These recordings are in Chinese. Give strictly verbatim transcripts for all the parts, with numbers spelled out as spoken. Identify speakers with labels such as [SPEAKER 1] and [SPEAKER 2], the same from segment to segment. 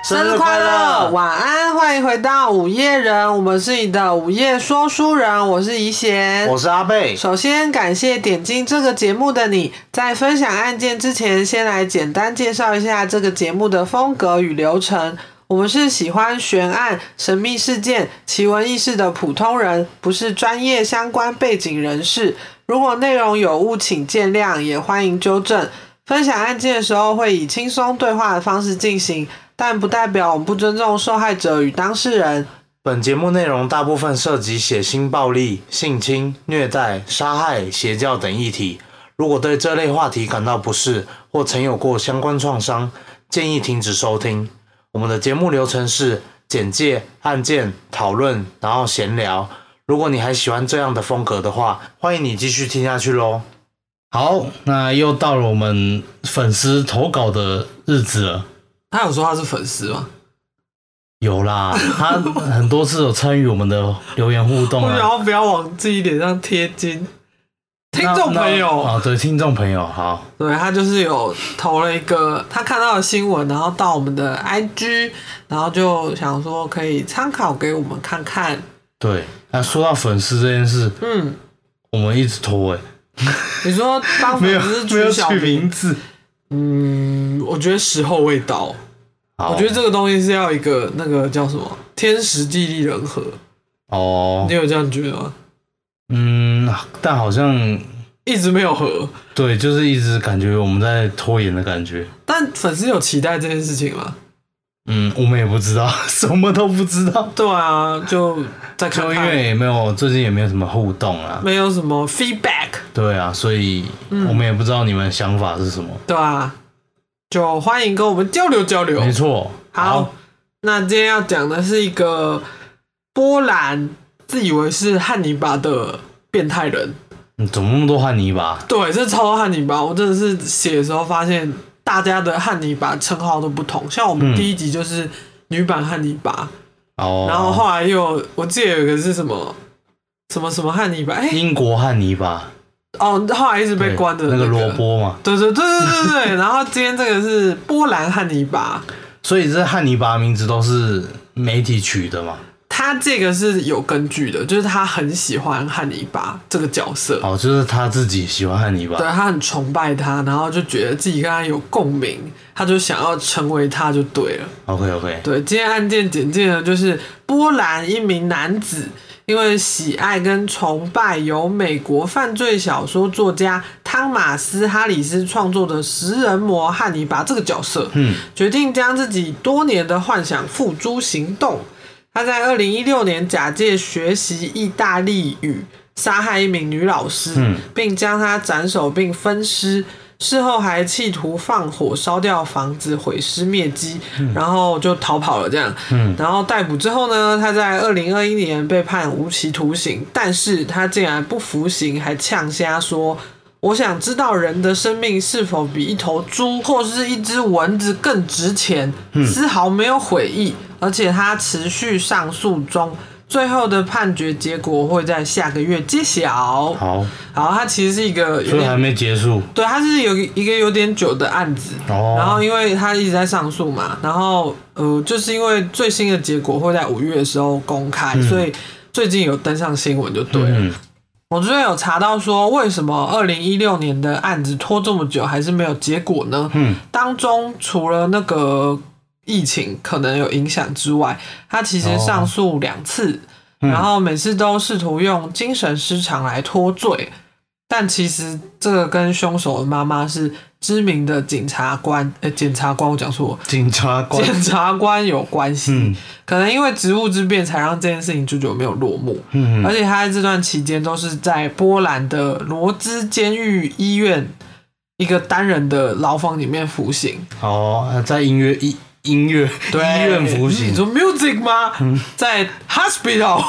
[SPEAKER 1] 生日快乐，晚安，欢迎回到午夜人，我们是你的午夜说书人，我是怡贤，
[SPEAKER 2] 我是阿贝。
[SPEAKER 1] 首先感谢点进这个节目的你，在分享案件之前，先来简单介绍一下这个节目的风格与流程。我们是喜欢悬案、神秘事件、奇闻异事的普通人，不是专业相关背景人士。如果内容有误，请见谅，也欢迎纠正。分享案件的时候会以轻松对话的方式进行，但不代表我们不尊重受害者与当事人。
[SPEAKER 2] 本节目内容大部分涉及血腥暴力、性侵、虐待、杀害、邪教等议题。如果对这类话题感到不适，或曾有过相关创伤，建议停止收听。我们的节目流程是简介、案件、讨论，然后闲聊。如果你还喜欢这样的风格的话，欢迎你继续听下去咯。
[SPEAKER 3] 好，那又到了我们粉丝投稿的日子了。
[SPEAKER 1] 他有说他是粉丝吗？
[SPEAKER 3] 有啦，他很多次有参与我们的留言互动啊。
[SPEAKER 1] 我想要不要往自己脸上贴金？听众朋友
[SPEAKER 3] 啊，对，听众朋友，好，
[SPEAKER 1] 对，他就是有投了一个他看到的新闻，然后到我们的 I G， 然后就想说可以参考给我们看看。
[SPEAKER 3] 对，那说到粉丝这件事，
[SPEAKER 1] 嗯，
[SPEAKER 3] 我们一直拖哎。
[SPEAKER 1] 你说帮粉丝取小
[SPEAKER 3] 名字？
[SPEAKER 1] 嗯，我觉得时候未到。我觉得这个东西是要一个那个叫什么天时地利人和。哦，你有这样觉得吗？
[SPEAKER 3] 嗯，但好像
[SPEAKER 1] 一直没有合。
[SPEAKER 3] 对，就是一直感觉我们在拖延的感觉。
[SPEAKER 1] 但粉丝有期待这件事情吗？
[SPEAKER 3] 嗯，我们也不知道，什么都不知道。
[SPEAKER 1] 对啊，就再看看。
[SPEAKER 3] 就因为也没有最近也没有什么互动啊，
[SPEAKER 1] 没有什么 feedback。
[SPEAKER 3] 对啊，所以我们也不知道你们的想法是什么。
[SPEAKER 1] 对啊，就欢迎跟我们交流交流。
[SPEAKER 3] 没错。
[SPEAKER 1] 好，好，那今天要讲的是一个波兰自以为是汉尼拔的变态人。
[SPEAKER 3] 嗯，怎么那么多汉尼拔？
[SPEAKER 1] 对，这超多汉尼拔。我真的是写的时候发现，大家的汉尼拔称号都不同。像我们第一集就是女版汉尼拔，哦、嗯，然后后来又我记得有一个是什么什么什么汉尼拔，哎，
[SPEAKER 3] 英国汉尼拔。
[SPEAKER 1] 哦，后来一直被关的、
[SPEAKER 3] 那个、那个萝卜嘛。
[SPEAKER 1] 对对对对对对。然后今天这个是波兰汉尼拔。
[SPEAKER 3] 所以这汉尼拔名字都是媒体取的嘛？
[SPEAKER 1] 他这个是有根据的，就是他很喜欢汉尼拔这个角色。
[SPEAKER 3] 哦，就是他自己喜欢汉尼拔。
[SPEAKER 1] 对，他很崇拜他，然后就觉得自己跟他有共鸣，他就想要成为他就对了。
[SPEAKER 3] OK OK。
[SPEAKER 1] 对，今天案件简介呢，就是波兰一名男子因为喜爱跟崇拜由美国犯罪小说作家汤马斯·哈里斯创作的食人魔汉尼拔这个角色，嗯，决定将自己多年的幻想付诸行动。他在二零一六年假借学习意大利语杀害一名女老师，嗯，并将她斩首并分尸。事后还企图放火烧掉房子，毁尸灭迹，嗯，然后就逃跑了这样，嗯，然后逮捕之后呢，他在二零二一年被判无期徒刑，但是他竟然不服刑，还呛瞎说，我想知道人的生命是否比一头猪或是一只蚊子更值钱，嗯，丝毫没有悔意，而且他持续上诉中，最后的判决结果会在下个月揭晓。
[SPEAKER 3] 好，
[SPEAKER 1] 好，它其实是一个有点，
[SPEAKER 3] 所以还没结束。
[SPEAKER 1] 对，它是有一个有点久的案子，哦，然后因为他一直在上诉嘛，然后呃，就是因为最新的结果会在五月的时候公开，嗯，所以最近有登上新闻就对了。嗯，我昨天有查到说，为什么二零一六年的案子拖这么久还是没有结果呢？嗯，当中除了那个疫情可能有影响之外，他其实上诉两次，哦，然后每次都试图用精神失常来脱罪，但其实这个跟凶手的妈妈是知名的检察官，呃，检察官我讲错，
[SPEAKER 3] 检察官，
[SPEAKER 1] 检察官有关系，嗯，可能因为职务之便才让这件事情久久没有落幕，嗯，而且他在这段期间都是在波兰的罗兹监狱医院一个单人的牢房里面服刑。
[SPEAKER 3] 哦，在音乐医音乐医院服刑。
[SPEAKER 1] 你说 music 吗？嗯，在 hospital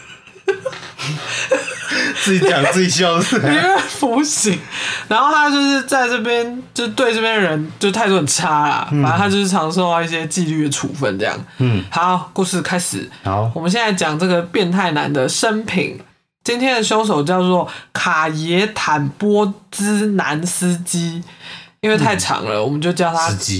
[SPEAKER 3] 自己讲自己笑是
[SPEAKER 1] 里面服刑，然后他就是在这边就对这边的人就态度很差啦，嗯，反正他就是常受到一些纪律的处分这样。嗯，好，故事开始。
[SPEAKER 3] 好，
[SPEAKER 1] 我们现在讲这个变态男的生平。今天的凶手叫做卡耶坦波兹南斯基，因为太长了，嗯，我们就叫他
[SPEAKER 3] 司机。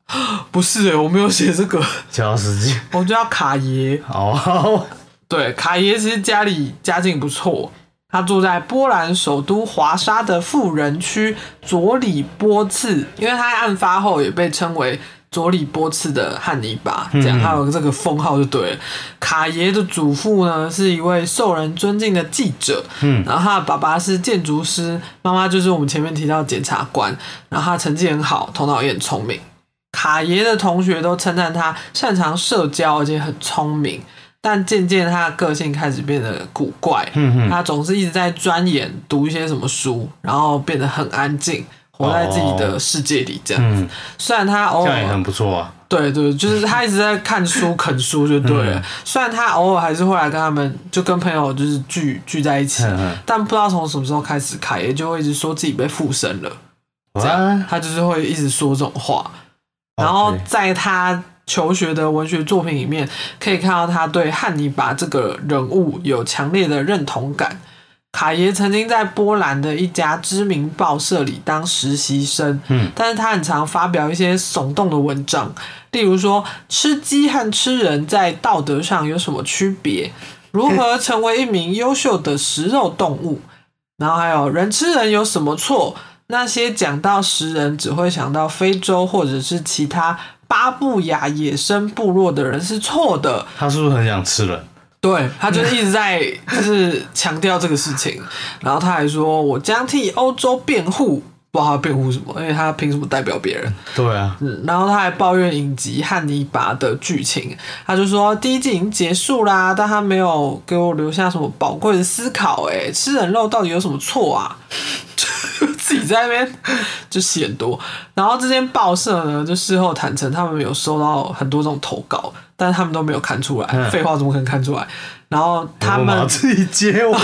[SPEAKER 1] 不是哎、欸，我没有写这个，
[SPEAKER 3] 叫司机。
[SPEAKER 1] 我叫卡爷。
[SPEAKER 3] 哦，
[SPEAKER 1] 对，卡爷其实家里家境不错，他住在波兰首都华沙的富人区佐里波茨，因为他在案发后也被称为佐里波茨的汉尼拔，这样他有这个封号就对了。卡爷的祖父呢是一位受人尊敬的记者，嗯，然后他的爸爸是建筑师，妈妈就是我们前面提到的检察官，然后他成绩很好，头脑也很聪明。卡爷的同学都称赞他擅长社交，而且很聪明。但渐渐他的个性开始变得古怪，嗯、他总是一直在钻研读一些什么书，然后变得很安静，活在自己的世界里这样子。哦嗯、虽然他偶尔
[SPEAKER 3] 这样也很不错啊，
[SPEAKER 1] 对对，就是他一直在看书啃书就对了。嗯、虽然他偶尔还是会来跟他们，就跟朋友就是聚聚在一起，嗯、但不知道从什么时候开始，凯爷就会一直说自己被附身了，这样他就是会一直说这种话。然后在他求学的文学作品里面，可以看到他对汉尼拔这个人物有强烈的认同感。卡爷曾经在波兰的一家知名报社里当实习生，嗯，但是他很常发表一些耸动的文章，例如说吃鸡和吃人在道德上有什么区别，如何成为一名优秀的食肉动物，然后还有人吃人有什么错，那些讲到食人只会想到非洲或者是其他巴布亚野生部落的人是错的。
[SPEAKER 3] 他是不是很想吃人？
[SPEAKER 1] 对，他就是一直在就是强调这个事情，然后他还说我将替欧洲辩护，不知道他辩护什么，因为他凭什么代表别人？对啊、嗯，然后他还抱怨影集《汉尼拔》的剧情，他就说第一季已经结束啦，但他没有给我留下什么宝贵的思考、欸，哎，吃人肉到底有什么错啊？自己在那边就戏很多，然后这间报社呢，就事后坦诚他们有收到很多这种投稿，但是他们都没有看出来，嗯、废话怎么可能看出来？然后他们
[SPEAKER 3] 自己接我，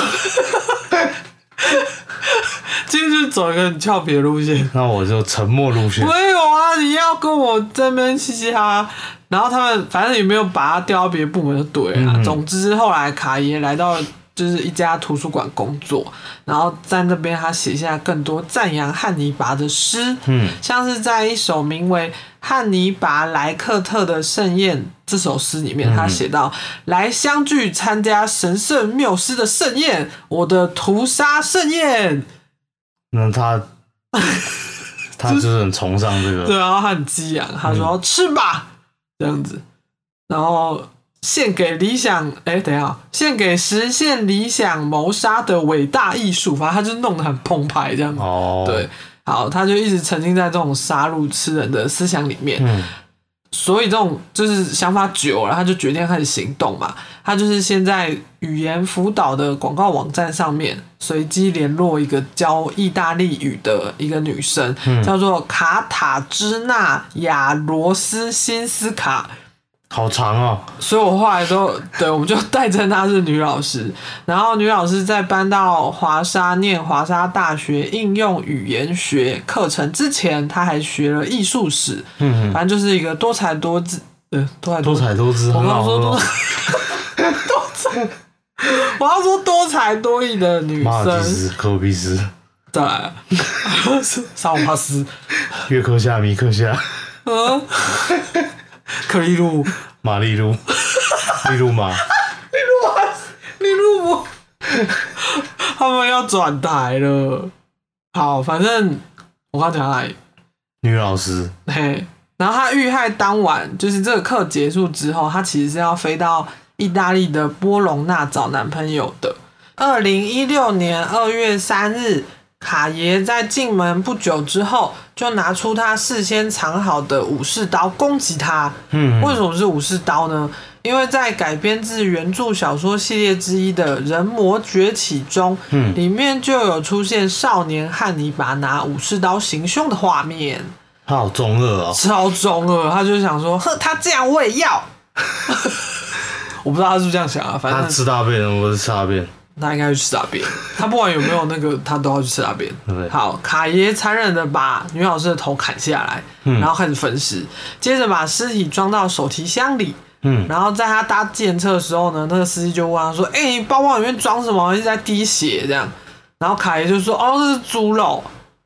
[SPEAKER 1] 今天就是走一个很俏皮的路线，
[SPEAKER 3] 那我就沉默路线。
[SPEAKER 1] 没有啊，你要跟我这边嘻嘻哈哈。然后他们反正也没有把他调到别的部门就对了、嗯。总之后来卡爷来到就是一家图书馆工作，然后在那边他写下更多赞扬汉尼拔的诗，嗯，像是在一首名为《汉尼拔莱克特的盛宴》这首诗里面，他写到、嗯、来相聚参加神圣缪斯的盛宴，我的屠杀盛宴。
[SPEAKER 3] 那他他就是很崇尚这个，
[SPEAKER 1] 对，然后他很激昂，他说、嗯、吃吧这样子，然后献给理想，哎，等一下，献给实现理想谋杀的伟大艺术，反正他就弄得很澎湃这样子。哦，对，好，他就一直沉浸在这种杀戮吃人的思想里面。嗯，所以这种就是想法久了，他就决定开始行动嘛。他就是先在语言辅导的广告网站上面随机联络一个教意大利语的一个女生，嗯、叫做卡塔芝娜亚罗斯辛斯卡。
[SPEAKER 3] 好长哦，
[SPEAKER 1] 所以我后来都对，我们就代称她是女老师。然后女老师在搬到华沙念华沙大学应用语言学课程之前，她还学了艺术史。嗯，反正就是一个多才多姿，呃，多才多
[SPEAKER 3] 多彩多姿。
[SPEAKER 1] 我刚刚说多多才，我要说多才多艺的女生。马
[SPEAKER 3] 尔济斯、科比斯，
[SPEAKER 1] 再来，萨姆帕斯，
[SPEAKER 3] 约克夏、米克夏，
[SPEAKER 1] 嗯。克利路、
[SPEAKER 3] 马利路、利路马、
[SPEAKER 1] 利路马、利路姆，他们要转台了。好，反正我刚讲哪里？
[SPEAKER 3] 女老师。
[SPEAKER 1] 嘿，然后她遇害当晚，就是这个课结束之后，她其实是要飞到意大利的波隆纳找男朋友的。二零一六年二月三日。卡爷在进门不久之后，就拿出他事先藏好的武士刀攻击他。嗯，为什么是武士刀呢？因为在改编自原著小说系列之一的《人魔崛起》中，嗯，里面就有出现少年汉尼拔拿武士刀行凶的画面。
[SPEAKER 3] 他好中二哦，
[SPEAKER 1] 超中二！他就想说，呵，他这样我也要。我不知道他是不是这样想啊，反正
[SPEAKER 3] 他吃大便了，我是吃大便。
[SPEAKER 1] 他应该去吃大便，他不管有没有那个，他都要去吃大便。好，卡爷残忍的把女老师的头砍下来，嗯、然后开始分尸，接着把尸体装到手提箱里。嗯，然后在他搭计程车的时候呢，那个司机就问他说：“哎、欸，你包包里面装什么？一直在滴血这样。”然后卡爷就说：“哦，这是猪肉。”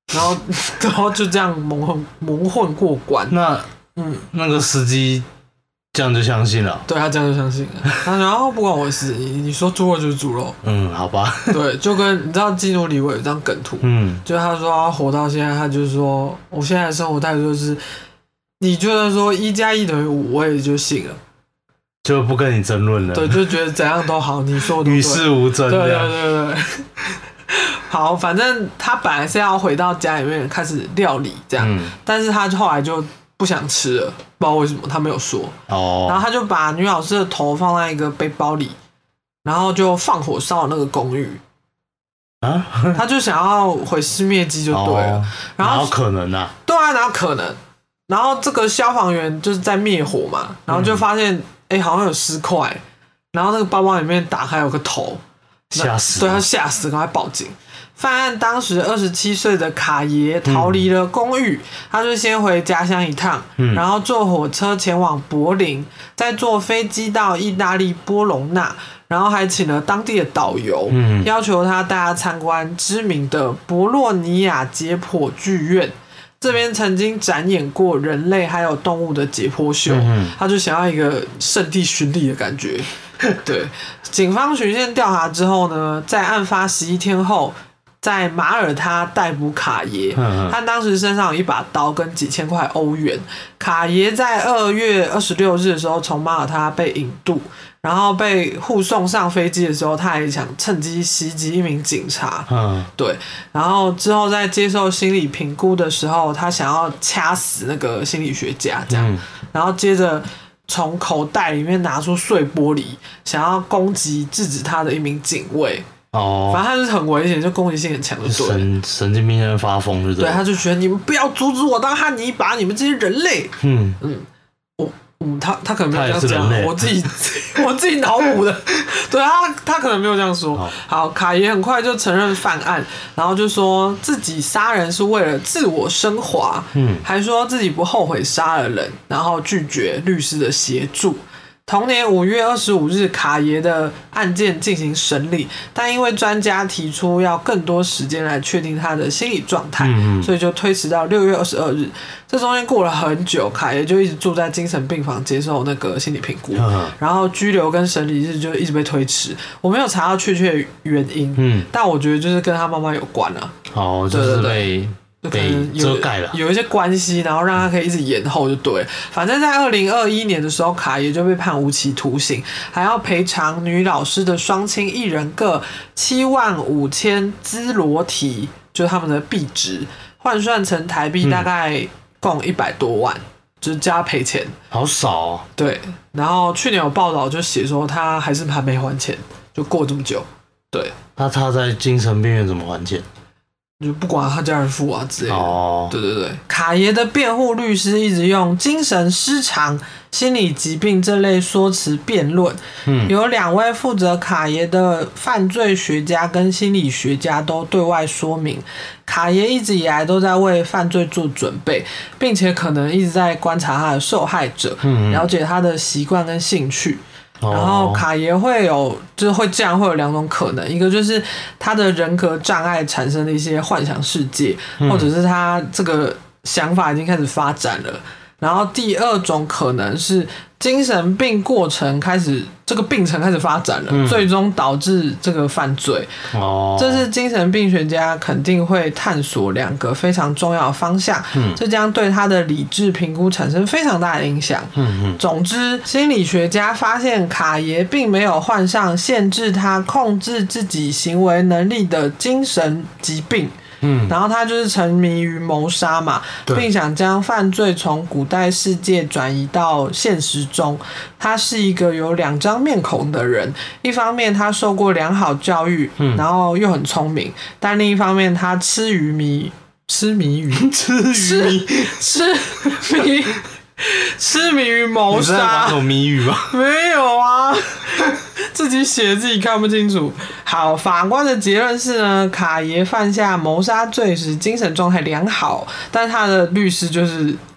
[SPEAKER 1] 然后然后就这样蒙混蒙混过关。
[SPEAKER 3] 那
[SPEAKER 1] 嗯，
[SPEAKER 3] 那个司机这样就相信了。
[SPEAKER 1] 对他这样就相信了，他然后不关我的事，你你说猪肉就是猪肉。
[SPEAKER 3] 嗯，好吧。
[SPEAKER 1] 对，就跟你知道基努里维有张梗图，
[SPEAKER 3] 嗯，
[SPEAKER 1] 就是他说他活到现在，他就是说我现在的生活态度就是，你就算说一加一等于五，我也就信了。
[SPEAKER 3] 就不跟你争论了。
[SPEAKER 1] 对，就觉得怎样都好，你说的对。
[SPEAKER 3] 与世无争。
[SPEAKER 1] 对对对对。好，反正他本来是要回到家里面开始料理这样，嗯、但是他后来就不想吃了，不知道为什么，他没有说。哦。然后他就把女老师的头放在一个背包里，然后就放火烧那个公寓。啊？他就想要毁尸灭迹就对了。哦、然后
[SPEAKER 3] 可能啊？
[SPEAKER 1] 对啊，哪有可能？然后这个消防员就是在灭火嘛，然后就发现哎、嗯欸，好像有尸块，然后那个包包里面打开有个头，
[SPEAKER 3] 吓死！
[SPEAKER 1] 对，他吓死，赶快报警。犯案当时二十七岁的卡爷逃离了公寓，嗯、他就先回家乡一趟，嗯、然后坐火车前往柏林，再坐飞机到意大利波隆纳，然后还请了当地的导游，嗯、要求他带他参观知名的博洛尼亚解剖剧院。这边曾经展演过人类还有动物的解剖秀，嗯、他就想要一个圣地巡礼的感觉。对，警方循线调查之后呢，在案发十一天后，在马耳他逮捕卡爷。嗯、他当时身上有一把刀跟几千块欧元。卡爷在二月二十六日的时候从马耳他被引渡，然后被护送上飞机的时候，他还想趁机袭击一名警察。嗯，对。然后之后在接受心理评估的时候，他想要掐死那个心理学家，这样。嗯、然后接着从口袋里面拿出碎玻璃，想要攻击制止他的一名警卫。哦，反正他就是很危险，就攻击性很强，就对了。神
[SPEAKER 3] 神经病在发疯，就对。
[SPEAKER 1] 对，他就觉得你们不要阻止我当汉尼拔，你们这些人类。嗯嗯。嗯，他他可能没有这样讲，我自己我自己脑补的，对他他可能没有这样说。好，好，卡爷很快就承认犯案，然后就说自己杀人是为了自我升华，嗯，还说自己不后悔杀了人，然后拒绝律师的协助。同年五月二十五日，卡爷的案件进行审理，但因为专家提出要更多时间来确定他的心理状态，嗯、所以就推迟到六月二十二日。这中间过了很久，卡爷就一直住在精神病房接受那个心理评估，嗯、然后拘留跟审理日就一直被推迟。我没有查到确切原因，嗯、但我觉得就是跟他妈妈有关啊。
[SPEAKER 3] 哦，就是被。对对对，被遮盖了，
[SPEAKER 1] 有一些关系，然后让他可以一直延后就对了。反正在二零二一年的时候，卡爷就被判无期徒刑，还要赔偿女老师的双亲一人各七万五千兹罗提，就是他们的币值，换算成台币大概共一百多万，嗯、就是叫他赔钱，
[SPEAKER 3] 好少哦。
[SPEAKER 1] 对，然后去年有报道就写说他还是还没还钱，就过这么久。对，
[SPEAKER 3] 那他在精神病院怎么还钱？
[SPEAKER 1] 就不管他家人付啊之类的。哦，对对对，卡爷的辩护律师一直用精神失常、心理疾病这类说辞辩论。嗯，有两位负责卡爷的犯罪学家跟心理学家都对外说明，卡爷一直以来都在为犯罪做准备，并且可能一直在观察他的受害者，嗯、了解他的习惯跟兴趣。然后卡爷会有，就是会这样，会有两种可能，一个就是他的人格障碍产生的一些幻想世界，或者是他这个想法已经开始发展了。然后第二种可能是精神病过程开始，这个病程开始发展了，嗯、最终导致这个犯罪。哦，这是精神病学家肯定会探索两个非常重要的方向，嗯、这将对他的理智评估产生非常大的影响。嗯嗯。总之，心理学家发现卡爷并没有患上限制他控制自己行为能力的精神疾病。嗯，然后他就是沉迷于谋杀嘛，并想将犯罪从古代世界转移到现实中。他是一个有两张面孔的人，一方面他受过良好教育，嗯、然后又很聪明，但另一方面他痴于迷痴迷于
[SPEAKER 3] 痴于迷
[SPEAKER 1] 痴迷痴迷于谋杀。你在
[SPEAKER 3] 玩有谜语吗？
[SPEAKER 1] 没有啊。自己写自己看不清楚。好，法官的结论是呢，卡爷犯下谋杀罪时精神状态良好，但他的律师就是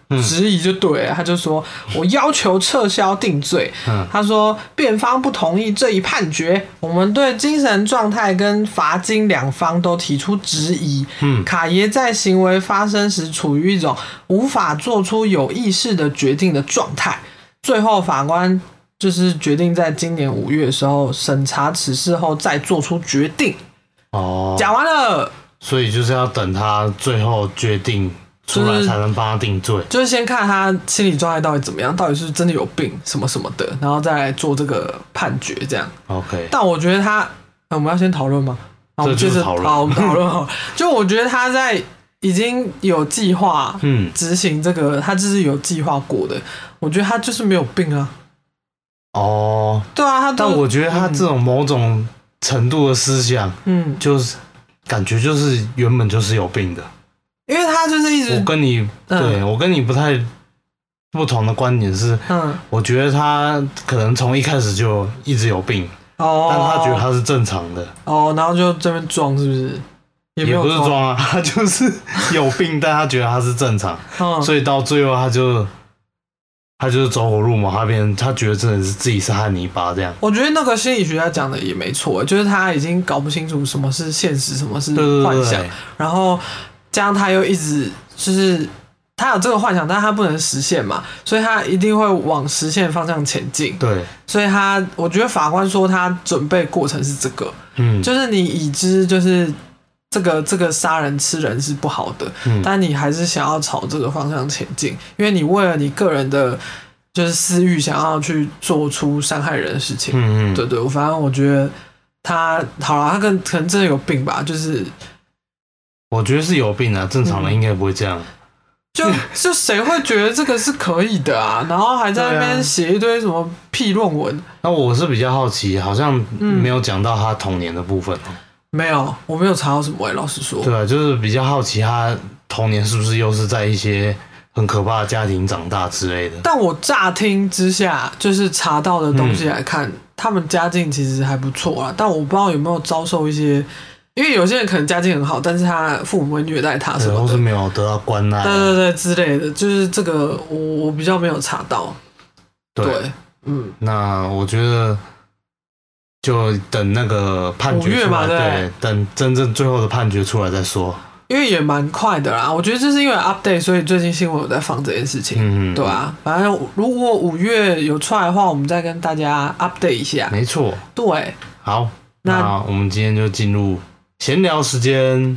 [SPEAKER 1] 质疑就对了，他就说我要求撤销定罪。
[SPEAKER 3] 嗯、
[SPEAKER 1] 他说辩方不同意这一判决，我们对精神状态跟罚金两方都提出质疑。
[SPEAKER 3] 嗯、
[SPEAKER 1] 卡耶在行为发生时处于一种无法做出有意识的决定的状态。最后法官就是决定在今年五月的时候审查此事后再做出决定。
[SPEAKER 3] 哦，
[SPEAKER 1] 讲完了，
[SPEAKER 3] 所以就是要等他最后决定出来才能帮他定罪，
[SPEAKER 1] 就是先看他心理状态到底怎么样，到底是真的有病什么什么的，然后再来做这个判决这样。
[SPEAKER 3] OK，
[SPEAKER 1] 但我觉得他，我们要先讨论吗？好，
[SPEAKER 3] 这就是讨论。
[SPEAKER 1] 好，我们讨论好。就我觉得他在已经有计划，嗯，执行这个，他就是有计划过的。我觉得他就是没有病啊。
[SPEAKER 3] 哦，
[SPEAKER 1] 对啊，他。
[SPEAKER 3] 但我觉得他这种某种程度的思想，嗯，就是感觉就是原本就是有病的。
[SPEAKER 1] 因为他就是一直，
[SPEAKER 3] 我跟你，嗯、对我跟你不太不同的观点是，嗯，我觉得他可能从一开始就一直有病，哦，但他觉得他是正常的，
[SPEAKER 1] 哦，然后就这边装是不是？也, 没有
[SPEAKER 3] 也不是装啊，他就是有病，但他觉得他是正常，嗯、所以到最后他就他就是走火入魔，他变他觉得真的是自己是汉尼拔这样。
[SPEAKER 1] 我觉得那个心理学家讲的也没错，就是他已经搞不清楚什么是现实，什么是幻想，对对对，然后。加上他又一直就是他有这个幻想，但他不能实现嘛，所以他一定会往实现方向前进。
[SPEAKER 3] 对，
[SPEAKER 1] 所以他我觉得法官说他准备过程是这个，嗯，就是你已知就是这个这个杀人吃人是不好的，嗯，但你还是想要朝这个方向前进，因为你为了你个人的就是私欲想要去做出伤害人的事情。嗯嗯，对对，反正我觉得他好了，他跟可能真的有病吧，就是。
[SPEAKER 3] 我觉得是有病啊，正常人应该不会这样。嗯、
[SPEAKER 1] 就就谁会觉得这个是可以的啊？然后还在那边写一堆什么屁论文。
[SPEAKER 3] 那我是比较好奇，好像没有讲到他童年的部分。
[SPEAKER 1] 嗯、没有，我没有查到什么、欸。老实说，
[SPEAKER 3] 对啊，就是比较好奇他童年是不是又是在一些很可怕的家庭长大之类的。
[SPEAKER 1] 但我乍听之下，就是查到的东西来看，嗯、他们家境其实还不错啊。但我不知道有没有遭受一些。因为有些人可能家境很好，但是他父母会虐待他什么的，
[SPEAKER 3] 或是没有得到关爱、啊，
[SPEAKER 1] 对对对之类的，就是这个我我比较没有查到。
[SPEAKER 3] 对，
[SPEAKER 1] 对嗯，
[SPEAKER 3] 那我觉得就等那个判决出来，五月嘛，对，对，等真正最后的判决出来再说。
[SPEAKER 1] 因为也蛮快的啦，我觉得就是因为 update， 所以最近新闻有在放这件事情，嗯，对啊，反正如果五月有出来的话，我们再跟大家 update 一下。
[SPEAKER 3] 没错，
[SPEAKER 1] 对，
[SPEAKER 3] 好，那, 那我们今天就进入。闲聊时间，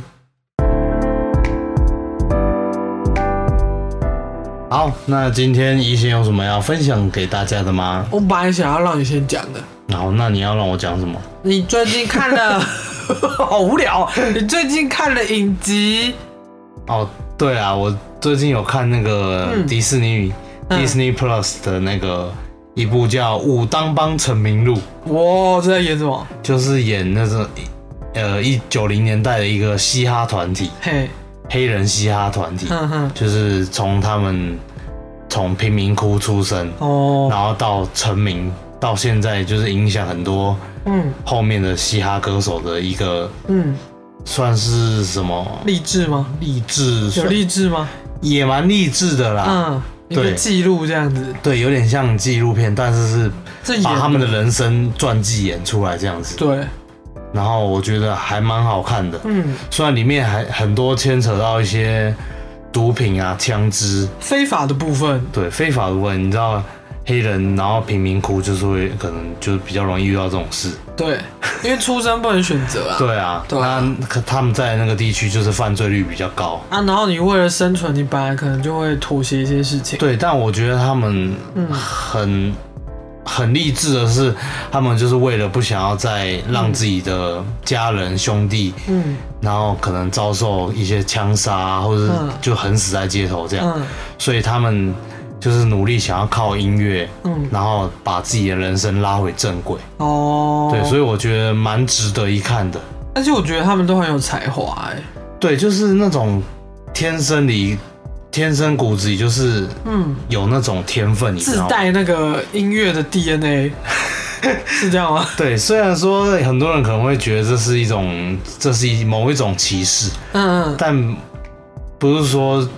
[SPEAKER 3] 好，那今天怡贤有什么要分享给大家的吗？
[SPEAKER 1] 我本来想要让你先讲的。
[SPEAKER 3] 好，那你要让我讲什么？
[SPEAKER 1] 你最近看了，好无聊。你最近看了影集？
[SPEAKER 3] 哦，对啊，我最近有看那个迪士尼、嗯、Disney Plus 的那个一部叫《武当帮成名录》。
[SPEAKER 1] 哇，这在演什么？
[SPEAKER 3] 就是演那种。呃，一九零年代的一个嘻哈团体，嘿，黑人嘻哈团体，哼哼，就是从他们从贫民窟出生，哦，然后到成名，到现在就是影响很多，嗯，后面的嘻哈歌手的一个，嗯，算是什么？
[SPEAKER 1] 励志吗？
[SPEAKER 3] 励志
[SPEAKER 1] 有励志吗？
[SPEAKER 3] 也蛮励志的啦，
[SPEAKER 1] 嗯，一个记录这样子，
[SPEAKER 3] 对，有点像纪录片，但是是把他们的人生传记演出来这样子，
[SPEAKER 1] 对。
[SPEAKER 3] 然后我觉得还蛮好看的，嗯，虽然里面还很多牵扯到一些毒品啊、枪支、
[SPEAKER 1] 非法的部分，
[SPEAKER 3] 对，非法的部分，你知道黑人然后贫民窟就是会可能就是比较容易遇到这种事，
[SPEAKER 1] 对，因为出生不能选择啊，
[SPEAKER 3] 对啊，对啊，那他们在那个地区就是犯罪率比较高
[SPEAKER 1] 啊，然后你为了生存，你本来可能就会妥协一些事情，
[SPEAKER 3] 对，但我觉得他们很。嗯很励志的是，他们就是为了不想要再让自己的家人兄弟，嗯，然后可能遭受一些枪杀、啊，或者是就横死在街头这样，嗯、所以他们就是努力想要靠音乐，嗯，然后把自己的人生拉回正轨。哦，对，所以我觉得蛮值得一看的。
[SPEAKER 1] 而且我觉得他们都很有才华，哎，对，
[SPEAKER 3] 就是那种天生里。天生骨子里就是嗯有那种天分，你知道吗？
[SPEAKER 1] 自带那个音乐的 D N A， 是这样吗？
[SPEAKER 3] 对，虽然说很多人可能会觉得这是一种，这是某一种歧视，嗯嗯，但不是说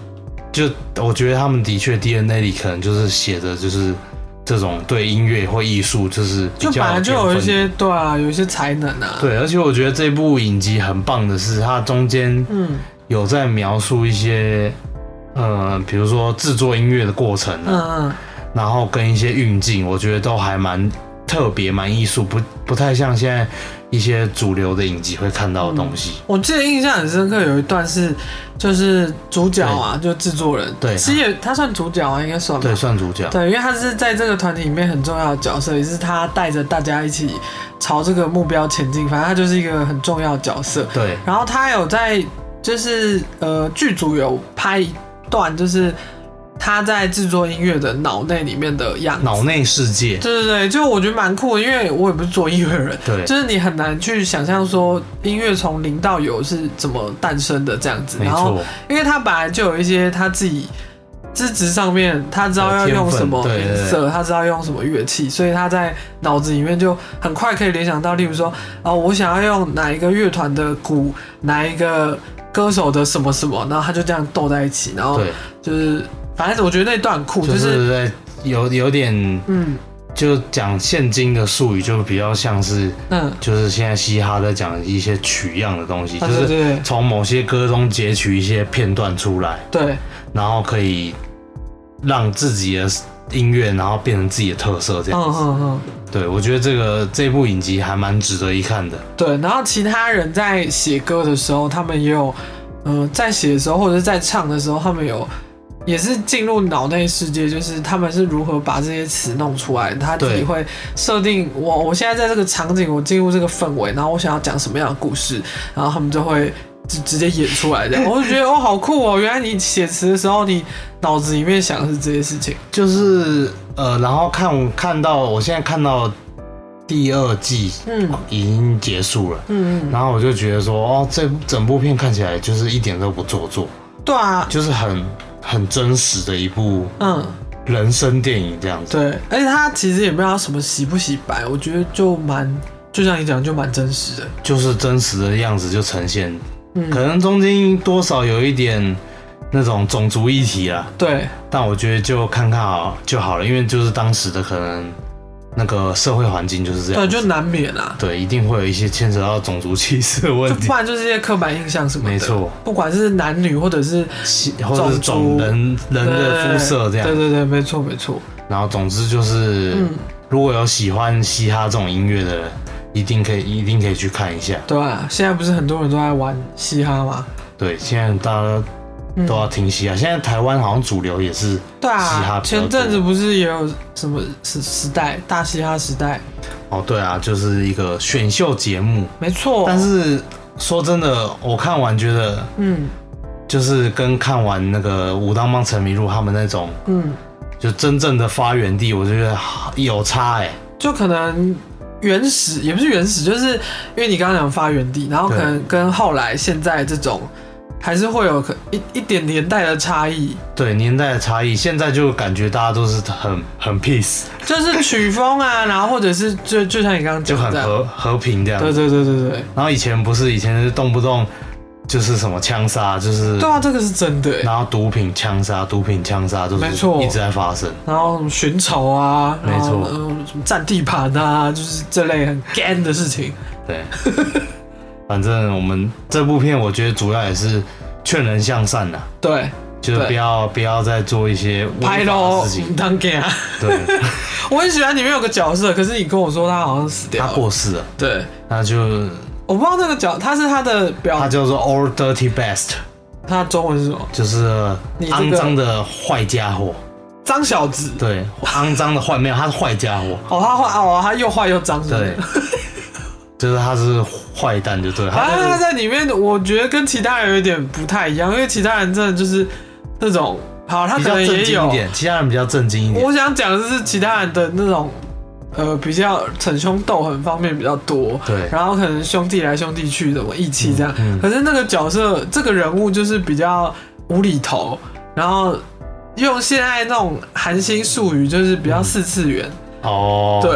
[SPEAKER 3] 就我觉得他们的确 D N A 里可能就是写的就是这种对音乐或艺术就是比较
[SPEAKER 1] 就本来就有一些对啊，有一些才能啊。
[SPEAKER 3] 对，而且我觉得这部影集很棒的是，它中间嗯有在描述一些呃，比如说制作音乐的过程啊，嗯嗯，然后跟一些运镜，我觉得都还蛮特别、蛮艺术，不不太像现在一些主流的影集会看到的东西。嗯、
[SPEAKER 1] 我记得印象很深刻，有一段是就是主角啊，就制作人，
[SPEAKER 3] 对，
[SPEAKER 1] 其实也他算主角啊，应该算吧，
[SPEAKER 3] 对，算主角，
[SPEAKER 1] 对，因为他是在这个团体里面很重要的角色，也是他带着大家一起朝这个目标前进，反正他就是一个很重要的角色。
[SPEAKER 3] 对，
[SPEAKER 1] 然后他有在就是呃剧组有拍一段，就是他在制作音乐的脑内里面的样子，
[SPEAKER 3] 脑内世界，对
[SPEAKER 1] 对对，就我觉得蛮酷的，因为我也不是做音乐人，
[SPEAKER 3] 对，
[SPEAKER 1] 就是你很难去想象说音乐从零到有是怎么诞生的这样子。然后，因为他本来就有一些他自己资质上面，他知道要用什么音色，对对对，他知道用什么乐器，所以他在脑子里面就很快可以联想到，例如说，哦，我想要用哪一个乐团的鼓，哪一个歌手的什么什么，然后他就这样斗在一起，然后就是。反正我觉得那段很酷，
[SPEAKER 3] 就是在有有点，嗯，就讲现今的术语，就比较像是，嗯，就是现在嘻哈在讲一些取样的东西，
[SPEAKER 1] 啊、
[SPEAKER 3] 就是从某些歌中截取一些片段出来，
[SPEAKER 1] 对，
[SPEAKER 3] 然后可以让自己的音乐，然后变成自己的特色，这样子。嗯嗯嗯。对，我觉得这个这部影集还蛮值得一看的。
[SPEAKER 1] 对，然后其他人在写歌的时候，他们也有，呃，在写的时候或者是在唱的时候，他们有。也是进入脑内世界，就是他们是如何把这些词弄出来，他自己会设定我我现在在这个场景，我进入这个氛围，然后我想要讲什么样的故事，然后他们就会直直接演出来这样，我就觉得哦好酷哦，原来你写词的时候，你脑子里面想的是这些事情，
[SPEAKER 3] 就是呃，然后看看到我现在看到第二季，嗯，已经结束了，嗯嗯，然后我就觉得说哦，这整部片看起来就是一点都不做作，
[SPEAKER 1] 对啊，
[SPEAKER 3] 就是很。很真实的一部嗯人生电影这样子，
[SPEAKER 1] 对，而且它其实也没有什么洗不洗白，我觉得就蛮，就像你讲，就蛮真实的，
[SPEAKER 3] 就是真实的样子就呈现，嗯，可能中间多少有一点那种种族议题啦，
[SPEAKER 1] 对，
[SPEAKER 3] 但我觉得就看看好就好了，因为就是当时的可能。那个社会环境就是这样，
[SPEAKER 1] 对，就难免啊。
[SPEAKER 3] 对，一定会有一些牵扯到种族歧视的问题，
[SPEAKER 1] 不然就是一些刻板印象什么的。
[SPEAKER 3] 没错，
[SPEAKER 1] 不管是男女或者是
[SPEAKER 3] 或者是种人人的肤色这样。
[SPEAKER 1] 对对对，没错没错。
[SPEAKER 3] 然后总之就是，嗯，如果有喜欢嘻哈这种音乐的人，一定可以一定可以去看一下。
[SPEAKER 1] 对啊，现在不是很多人都在玩嘻哈吗？
[SPEAKER 3] 对，现在大家。都要听嘻哈，现在台湾好像主流也是
[SPEAKER 1] 对啊，
[SPEAKER 3] 嘻哈。
[SPEAKER 1] 前阵子不是也有什么时时代大嘻哈时代？
[SPEAKER 3] 哦，对啊，就是一个选秀节目，
[SPEAKER 1] 没错。
[SPEAKER 3] 但是说真的，我看完觉得，嗯，就是跟看完那个武当帮陈明路他们那种，嗯，就真正的发源地，我觉得有差哎、欸，
[SPEAKER 1] 就可能。原始也不是原始，就是因为你刚刚讲发源地，然后可能跟后来现在这种。还是会有一一点年代的差异，
[SPEAKER 3] 对年代的差异，现在就感觉大家都是很很 peace，
[SPEAKER 1] 就是曲风啊，然后或者是就就像你刚刚讲的，
[SPEAKER 3] 就很和和平这样。
[SPEAKER 1] 对对对对对。
[SPEAKER 3] 然后以前不是以前是动不动就是什么枪杀，就是
[SPEAKER 1] 对啊，这个是真的。
[SPEAKER 3] 然后毒品枪杀，毒品枪杀，就是一直在发生。
[SPEAKER 1] 然后寻仇啊，
[SPEAKER 3] 没错，
[SPEAKER 1] 嗯，什么占地盘啊，就是这类很 gang 的事情。
[SPEAKER 3] 对。反正我们这部片，我觉得主要也是劝人向善啦。
[SPEAKER 1] 对，
[SPEAKER 3] 就是不要不要再做一些违法的事情。
[SPEAKER 1] 当给啊！
[SPEAKER 3] 对，
[SPEAKER 1] 我很喜欢里面有个角色，可是你跟我说他好像死掉了，
[SPEAKER 3] 他过世了。
[SPEAKER 1] 对，
[SPEAKER 3] 那就
[SPEAKER 1] 我不知道那个角，他是他的表，
[SPEAKER 3] 他叫做 Old Dirty Bastard，
[SPEAKER 1] 他中文是什么？
[SPEAKER 3] 就是肮脏的坏家伙。
[SPEAKER 1] 脏小子。
[SPEAKER 3] 对，肮脏的坏没有，他是坏家伙。
[SPEAKER 1] 哦，他坏哦，他又坏又脏。
[SPEAKER 3] 对。就是他是坏蛋就对了，
[SPEAKER 1] 反正他在里面，我觉得跟其他人有点不太一样，因为其他人真的就是那种好，他可能也有，
[SPEAKER 3] 其他人比较正经一点。
[SPEAKER 1] 我想讲的是其他人的那种呃比较逞凶斗狠方面比较多，
[SPEAKER 3] 对，
[SPEAKER 1] 然后可能兄弟来兄弟去的义气这样、嗯嗯。可是那个角色这个人物就是比较无厘头，然后用现在那种韩星术语就是比较四次元、
[SPEAKER 3] 嗯、哦，
[SPEAKER 1] 对。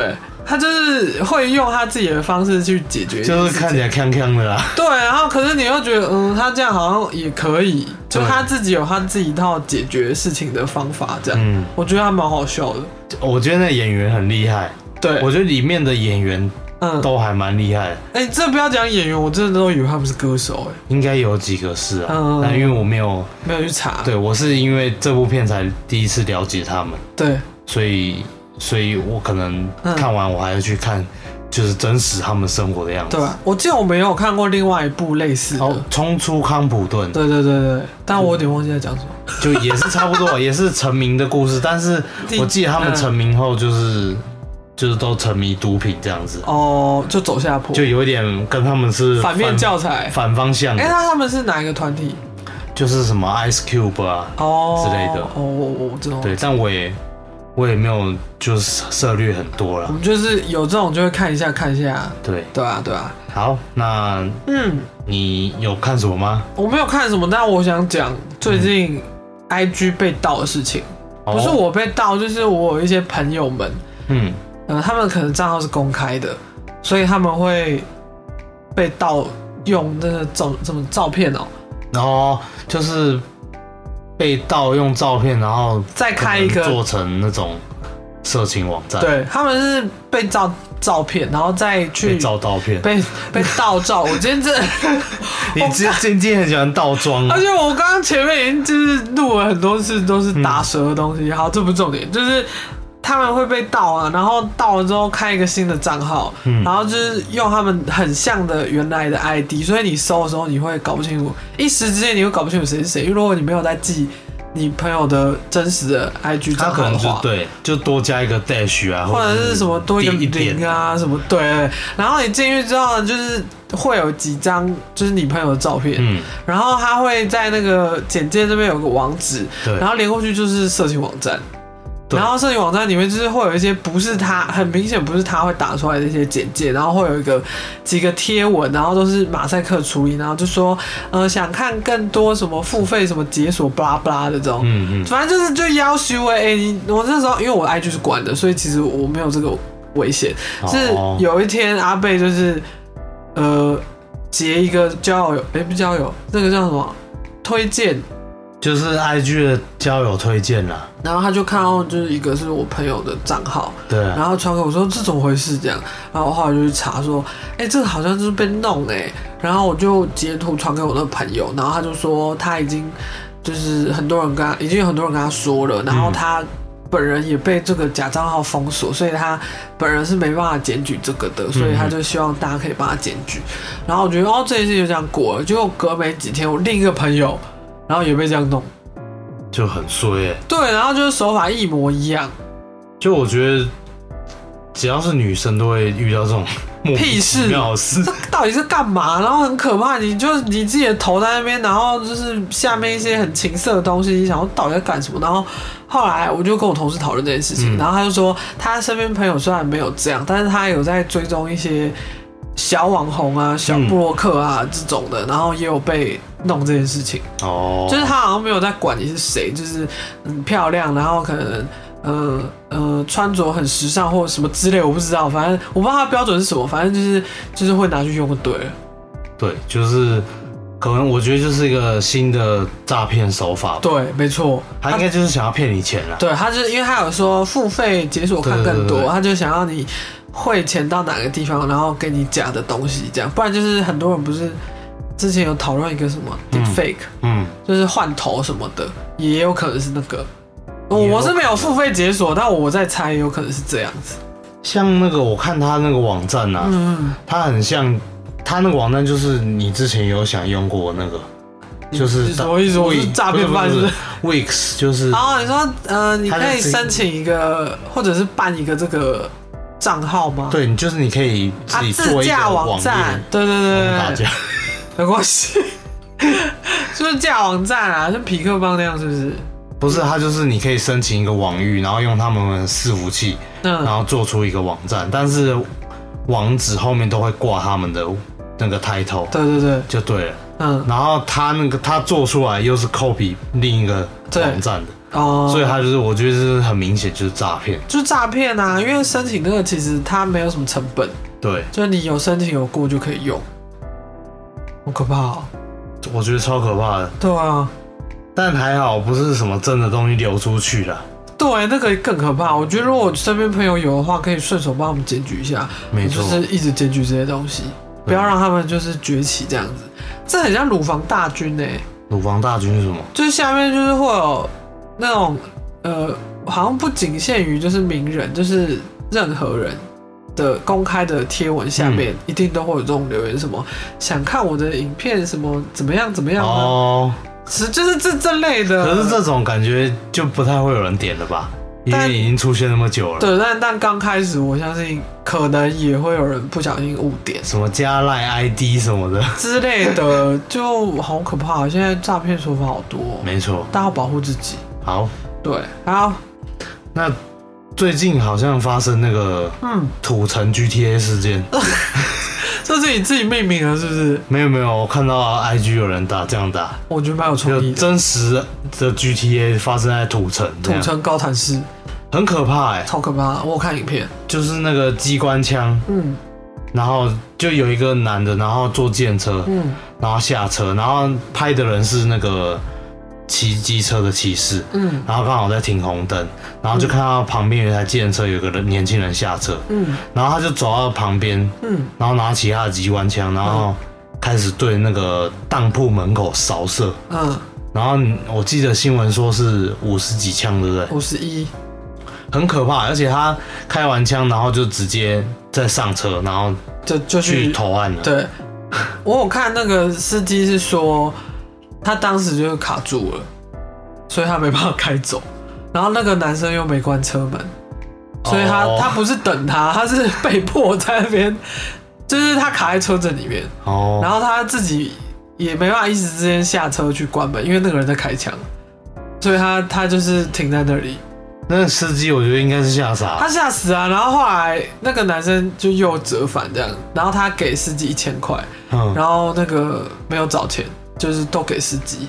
[SPEAKER 1] 他就是会用他自己的方式去解决，
[SPEAKER 3] 就是看起来锵锵的啦。
[SPEAKER 1] 对，然后可是你又觉得，嗯，他这样好像也可以，就他自己有他自己一套解决事情的方法，这样，嗯，我觉得还蛮好笑的。
[SPEAKER 3] 我觉得那演员很厉害，
[SPEAKER 1] 对，
[SPEAKER 3] 我觉得里面的演员，嗯，都还蛮厉害的。
[SPEAKER 1] 哎、欸，这不要讲演员，我真的都以为他们是歌手，哎，
[SPEAKER 3] 应该有几个是啊，
[SPEAKER 1] 嗯，
[SPEAKER 3] 但因为我没有
[SPEAKER 1] 没有去查，
[SPEAKER 3] 对我是因为这部片才第一次了解他们，
[SPEAKER 1] 对，
[SPEAKER 3] 所以。所以我可能看完我还要去看，就是真实他们生活的样子。
[SPEAKER 1] 对，我记得我没有看过另外一部类似的，
[SPEAKER 3] 哦，冲出康普顿。
[SPEAKER 1] 对对对对，但我有点忘记在讲什么。
[SPEAKER 3] 就也是差不多，也是成名的故事，但是我记得他们成名后就是、嗯、就是都沉迷毒品这样子。
[SPEAKER 1] 哦，就走下坡，
[SPEAKER 3] 就有一点跟他们是
[SPEAKER 1] 反面教材、
[SPEAKER 3] 反方向的。
[SPEAKER 1] 哎、欸，那他们是哪一个团体？
[SPEAKER 3] 就是什么 Ice Cube 啊，哦之类的。
[SPEAKER 1] 哦，我我知道。
[SPEAKER 3] 对，但我也。我也没有就是涉猎很多啦，
[SPEAKER 1] 我们就是有这种就会看一下看一下，
[SPEAKER 3] 对
[SPEAKER 1] 对啊对啊。
[SPEAKER 3] 好，那嗯，你有看什么吗？
[SPEAKER 1] 我没有看什么，但我想讲最近 I G 被盗的事情，嗯、不是我被盗，就是我有一些朋友们，嗯，呃，他们可能账号是公开的，所以他们会被盗用那个照什么照片哦，
[SPEAKER 3] 然后就是。被盗用照片，然后
[SPEAKER 1] 再开一个
[SPEAKER 3] 做成那种色情网站。
[SPEAKER 1] 对，他们是被盗照片，然后再去
[SPEAKER 3] 被盗照片，
[SPEAKER 1] 被被盗照。我今天真的，
[SPEAKER 3] 你今今天很喜欢倒装、啊，
[SPEAKER 1] 而且我刚刚前面已经就是录了很多次都是打蛇的东西。嗯、好，这不是重点，就是他们会被盗啊，然后盗了之后开一个新的账号，嗯、然后就是用他们很像的原来的 I D， 所以你搜的时候你会搞不清楚，一时之间你会搞不清楚谁是谁，因为如果你没有在记你朋友的真实的 I G 账号的话，他可能
[SPEAKER 3] 就对，就多加一个 dash 啊，
[SPEAKER 1] 或者是什么多一个零啊什么，对，然后你进去之后呢，就是会有几张就是你朋友的照片，嗯，然后他会在那个简介这边有个网址，然后连过去就是色情网站。然后色情网站里面就是会有一些不是他，很明显不是他会打出来的一些简介，然后会有一个几个贴文，然后都是马赛克处理，然后就说呃想看更多什么付费什么解锁巴拉巴拉的这种，嗯嗯，反正就是就要求哎、欸，你我那时候因为我 I G 是关的，所以其实我没有这个危险。哦、是有一天阿贝就是呃截一个交友，哎、欸、不交友，那个叫什么推荐。
[SPEAKER 3] 就是 I G 的交友推荐啦，
[SPEAKER 1] 然后他就看到就是一个是我朋友的账号，
[SPEAKER 3] 对、啊，
[SPEAKER 1] 然后传给我说这怎么回事这样，然后我后来就去查说，哎、欸，这个好像就是被弄哎、欸，然后我就截图传给我那个朋友，然后他就说他已经就是很多人跟他已经有很多人跟他说了，然后他本人也被这个假账号封锁，所以他本人是没办法检举这个的，所以他就希望大家可以帮他检举，然后我觉得哦这件事就这样过了，结果隔没几天我另一个朋友。然后也被这样弄，
[SPEAKER 3] 就很衰耶、欸。
[SPEAKER 1] 对，然后就是手法一模一样。
[SPEAKER 3] 就我觉得，只要是女生都会遇到这种莫名其妙的事。
[SPEAKER 1] 这到底是干嘛？然后很可怕，你就你自己的头在那边，然后就是下面一些很情色的东西，你想说到底在干什么？然后后来我就跟我同事讨论这件事情，嗯、然后他就说，他身边朋友虽然没有这样，但是他有在追踪一些小网红啊、小部落客啊、嗯、这种的，然后也有被弄这件事情。哦，就是他好像没有在管你是谁，就是很漂亮，然后可能呃呃穿着很时尚或者什么之类，我不知道，反正我不知道他的标准是什么，反正就是就是会拿去用就对了。
[SPEAKER 3] 对，就是可能我觉得就是一个新的诈骗手法。
[SPEAKER 1] 对，没错，
[SPEAKER 3] 他应该就是想要骗你钱啦。
[SPEAKER 1] 对，他就是因为他有说付费解锁看更多，对对对对，他就想要你汇钱到哪个地方，然后给你假的东西，这样，不然就是很多人不是之前有讨论一个什么 deepfake， 嗯，嗯就是换头什么的，也有可能是那个。我是没有付费解锁，但我在猜有可能是这样子。
[SPEAKER 3] 像那个我看他那个网站啊，嗯，他很像他那个网站，就是你之前有想用过那个。就是
[SPEAKER 1] 什么意思？我是诈骗犯是不是
[SPEAKER 3] ？Wix 就是。
[SPEAKER 1] 哦，你说呃，你可以申请一个，或者是办一个这个账号吗？
[SPEAKER 3] 对，你就是你可以自己做一个网站，
[SPEAKER 1] 对对对对，
[SPEAKER 3] 大家
[SPEAKER 1] 没关系，就是架网站啊，像匹克邦那样，是不是？
[SPEAKER 3] 不是，它就是你可以申请一个网域，然后用他们的伺服器，嗯，然后做出一个网站，但是网址后面都会挂他们的那个 title，
[SPEAKER 1] 对对对，
[SPEAKER 3] 就对了。嗯，然后他那个他做出来又是 copy 另一个网站的，
[SPEAKER 1] 哦，
[SPEAKER 3] 所以他就是我觉得是很明显就是诈骗。
[SPEAKER 1] 就是诈骗啊，因为申请那个其实它没有什么成本，
[SPEAKER 3] 对，
[SPEAKER 1] 就是你有申请有过就可以用，好可怕哦。
[SPEAKER 3] 我觉得超可怕的。
[SPEAKER 1] 对啊，
[SPEAKER 3] 但还好不是什么真的东西流出去了。
[SPEAKER 1] 对，那个更可怕。我觉得如果我身边朋友有的话，可以顺手帮他们检举一下，
[SPEAKER 3] 没错，
[SPEAKER 1] 就是一直检举这些东西，不要让他们就是崛起这样子。这很像乳房大军哎、欸。
[SPEAKER 3] 乳房大军是什么？
[SPEAKER 1] 就是下面就是会有那种呃，好像不仅限于就是名人，就是任何人的公开的贴文下面，嗯、一定都会有这种留言，什么想看我的影片，什么怎么样怎么样哦，是就是这这类的。
[SPEAKER 3] 可是这种感觉就不太会有人点了吧？因为已经出现那么久了。
[SPEAKER 1] 对，但但刚开始，我相信可能也会有人不小心误点，
[SPEAKER 3] 什么加赖 I D 什么的
[SPEAKER 1] 之类的，就好可怕。现在诈骗手法好多、哦，
[SPEAKER 3] 没错，
[SPEAKER 1] 大家要保护自己。
[SPEAKER 3] 好，
[SPEAKER 1] 对，好。
[SPEAKER 3] 那最近好像发生那个嗯土城 G T A 事件，
[SPEAKER 1] 这是你自己命名的，是不是？
[SPEAKER 3] 没有没有，我看到 I G 有人打这样打，
[SPEAKER 1] 我觉得蛮有创意的。
[SPEAKER 3] 真实的 G T A 发生在土城，
[SPEAKER 1] 土城高潭市，
[SPEAKER 3] 很可怕哎、欸，
[SPEAKER 1] 超可怕！我有看影片，
[SPEAKER 3] 就是那个机关枪，嗯，然后就有一个男的，然后坐计程车，嗯，然后下车，然后拍的人是那个骑机车的骑士，嗯，然后刚好在停红灯，然后就看到旁边有一台计程车，有个人年轻人下车，嗯，然后他就走到旁边，嗯，然后拿起他的机关枪，然后开始对那个当铺门口扫射，嗯，然后我记得新闻说是五十几枪，对不对？
[SPEAKER 1] 五十一，
[SPEAKER 3] 很可怕，而且他开完枪，然后就直接再上车，然后
[SPEAKER 1] 就就
[SPEAKER 3] 去投案了。
[SPEAKER 1] 对，我有看那个司机是说。他当时就卡住了，所以他没办法开走。然后那个男生又没关车门，所以他、oh. 他不是等他，他是被迫在那边，就是他卡在车阵里面。哦。Oh. 然后他自己也没办法一时之间下车去关门，因为那个人在开枪，所以他他就是停在那里。
[SPEAKER 3] 那个司机我觉得应该是吓傻，
[SPEAKER 1] 他吓死啊！然后后来那个男生就又折返这样，然后他给司机一千块，嗯、然后那个没有找钱。就是都给司机，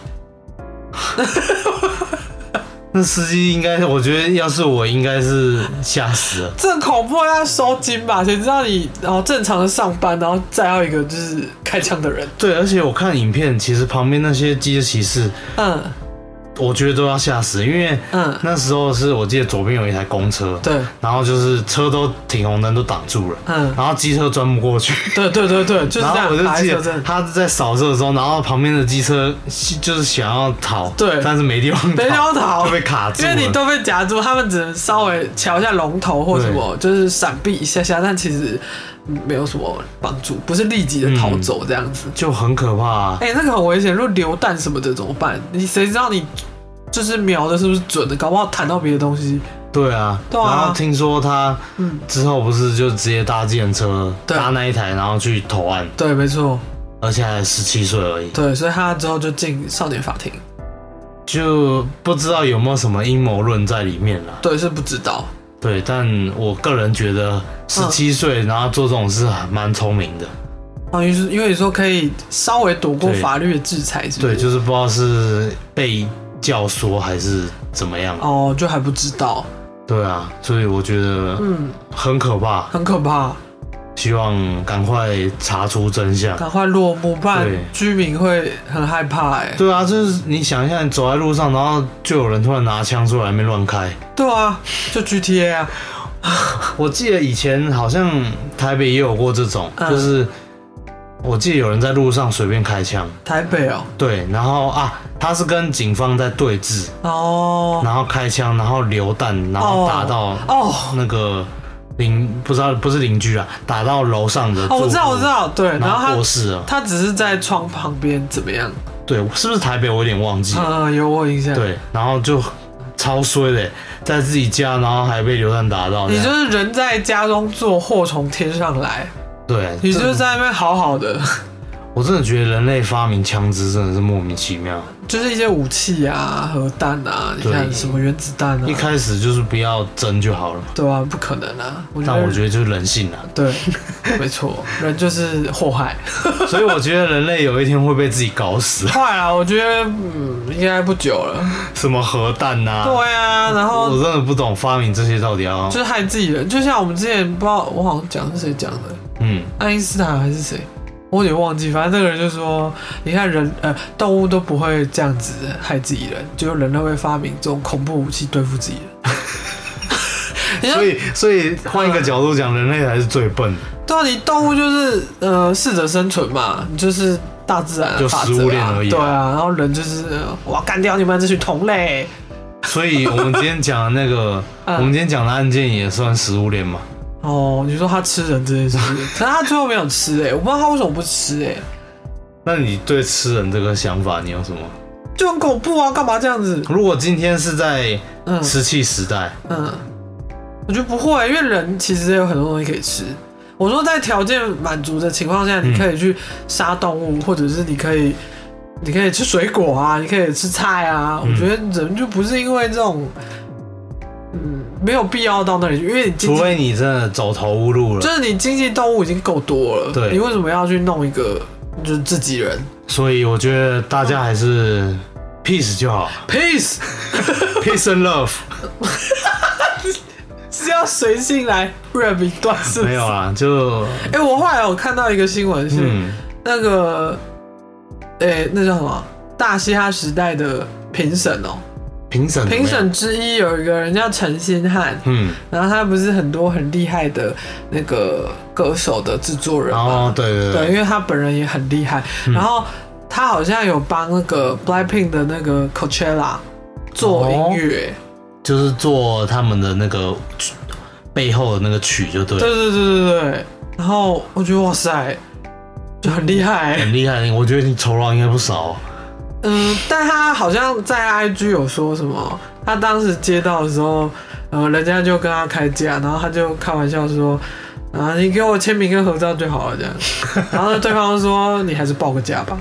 [SPEAKER 3] 那司机应该，我觉得要是我，应该是吓死了。
[SPEAKER 1] 这很恐怖，要收金吧？谁知道你然后正常的上班，然后再要一个就是开枪的人。
[SPEAKER 3] 对，而且我看影片，其实旁边那些机车骑士，嗯。我觉得都要吓死，因为那时候是我记得左边有一台公车，对，然后就是车都停红灯都挡住了，嗯，然后机车钻不过去，
[SPEAKER 1] 对对对对，就是这样。
[SPEAKER 3] 然后我就记得他在扫射的时候，然后旁边的机车就是想要逃，对，但是没地方逃，
[SPEAKER 1] 没地方逃，
[SPEAKER 3] 就被卡住了，
[SPEAKER 1] 因为你都被夹住，他们只能稍微瞧一下龙头或什么，就是闪避一下下，但其实没有什么帮助，不是立即的逃走这样子，
[SPEAKER 3] 嗯、就很可怕、啊。
[SPEAKER 1] 哎、欸，那个很危险，如果流弹什么的怎么办？你谁知道你就是瞄的是不是准的？搞不好弹到别的东西。
[SPEAKER 3] 对啊，对啊。然后听说他之后不是就直接搭计程车，搭那一台，然后去投案。
[SPEAKER 1] 对，没错。
[SPEAKER 3] 而且还十七岁而已。
[SPEAKER 1] 对，所以他之后就进少年法庭。
[SPEAKER 3] 就不知道有没有什么阴谋论在里面啦。
[SPEAKER 1] 对，是不知道。
[SPEAKER 3] 对，但我个人觉得十七岁然后做这种事还蛮聪明的。
[SPEAKER 1] 哦，因为你说可以稍微躲过法律的制裁是不是？
[SPEAKER 3] 对，就是不知道是被教唆还是怎么样。
[SPEAKER 1] 哦，就还不知道。
[SPEAKER 3] 对啊，所以我觉得嗯很可怕，
[SPEAKER 1] 很可怕。
[SPEAKER 3] 希望赶快查出真相，
[SPEAKER 1] 赶快落幕，不然居民会很害怕哎、欸。
[SPEAKER 3] 对啊，就是你想一下，你走在路上，然后就有人突然拿枪出来，没乱开。
[SPEAKER 1] 对啊，就 G T A 啊。
[SPEAKER 3] 我记得以前好像台北也有过这种，嗯、就是我记得有人在路上随便开枪。
[SPEAKER 1] 台北哦。对，
[SPEAKER 3] 然后啊，他是跟警方在对峙哦，然后开枪，然后流弹，然后打到哦那个。邻不知道不是邻居啊，打到楼上的住户。
[SPEAKER 1] 哦，我知道我知道，对，然后他
[SPEAKER 3] 过世了。
[SPEAKER 1] 他只是在窗旁边怎么样？
[SPEAKER 3] 对，是不是台北？我有点忘记了。
[SPEAKER 1] 嗯，有我印象。
[SPEAKER 3] 对，然后就超衰的，在自己家，然后还被流弹打到。
[SPEAKER 1] 你就是人在家中坐，祸从天上来。
[SPEAKER 3] 对，
[SPEAKER 1] 你就是在那边好好的，
[SPEAKER 3] 我真的觉得人类发明枪支真的是莫名其妙，
[SPEAKER 1] 就是一些武器啊、核弹啊，你看什么原子弹啊，
[SPEAKER 3] 一开始就是不要争就好了。
[SPEAKER 1] 对啊，不可能啊！我
[SPEAKER 3] 但我觉得就是人性啊。
[SPEAKER 1] 对，没错，人就是祸害。
[SPEAKER 3] 所以我觉得人类有一天会被自己搞死。
[SPEAKER 1] 快啊！我觉得嗯，应该不久了。
[SPEAKER 3] 什么核弹啊？
[SPEAKER 1] 对啊，然后
[SPEAKER 3] 我真的不懂发明这些到底要
[SPEAKER 1] 就是害自己人，就像我们之前不知道，我好像讲是谁讲的，嗯，爱因斯坦还是谁？我有点忘记，反正那个人就说，你看人呃动物都不会这样子害自己人，只有人类会发明这种恐怖武器对付自己人。
[SPEAKER 3] 所以，所以换一个角度讲，人类才是最笨的。
[SPEAKER 1] 对啊，你动物就是呃适者生存嘛，你就是大自然的法则啊，
[SPEAKER 3] 就食物链而已啊。
[SPEAKER 1] 对啊，然后人就是我要干掉你们这群同类。
[SPEAKER 3] 所以我们今天讲的那个，
[SPEAKER 1] 嗯、
[SPEAKER 3] 我们今天讲的案件也算食物链嘛。
[SPEAKER 1] 哦，你说他吃人这件事，可是他最后没有吃哎、欸，我不知道他为什么不吃哎、欸。
[SPEAKER 3] 那你对吃人这个想法，你有什么？
[SPEAKER 1] 就很恐怖啊，干嘛这样子？
[SPEAKER 3] 如果今天是在石器时代，
[SPEAKER 1] 嗯，嗯我觉得不会，因为人其实有很多东西可以吃。我说在条件满足的情况下，你可以去杀动物，嗯、或者是你可以，你可以吃水果啊，你可以吃菜啊。嗯、我觉得人就不是因为这种。嗯，没有必要到那里去，因为你经济
[SPEAKER 3] 除非你真的走投无路了，
[SPEAKER 1] 就是你经济动物已经够多了，
[SPEAKER 3] 对，
[SPEAKER 1] 你为什么要去弄一个就是自己人？
[SPEAKER 3] 所以我觉得大家还是 peace 就好
[SPEAKER 1] ，peace
[SPEAKER 3] peace and love
[SPEAKER 1] 是要随性来 rap 一段是不是？
[SPEAKER 3] 没有啦，就
[SPEAKER 1] 哎、欸，我后来有看到一个新闻是、嗯、那个，哎、欸，那叫什么？大嘻哈时代的评审哦。
[SPEAKER 3] 评审
[SPEAKER 1] 评审之一有一个人叫陈星汉，嗯，然后他不是很多很厉害的那个歌手的制作人嘛，
[SPEAKER 3] 哦，对对
[SPEAKER 1] 对, 对，因为他本人也很厉害，嗯、然后他好像有帮那个 Blackpink 的那个 Coachella 做音乐、哦，
[SPEAKER 3] 就是做他们的那个背后的那个曲就对了，
[SPEAKER 1] 对对对对对，然后我觉得哇塞，就很厉害，
[SPEAKER 3] 很厉害，我觉得你酬劳应该不少。
[SPEAKER 1] 嗯，但他好像在 I G 有说什么，他当时接到的时候，呃，人家就跟他开价，然后他就开玩笑说，啊，你给我签名跟合照就好了这样，然后对方说你还是报个价吧，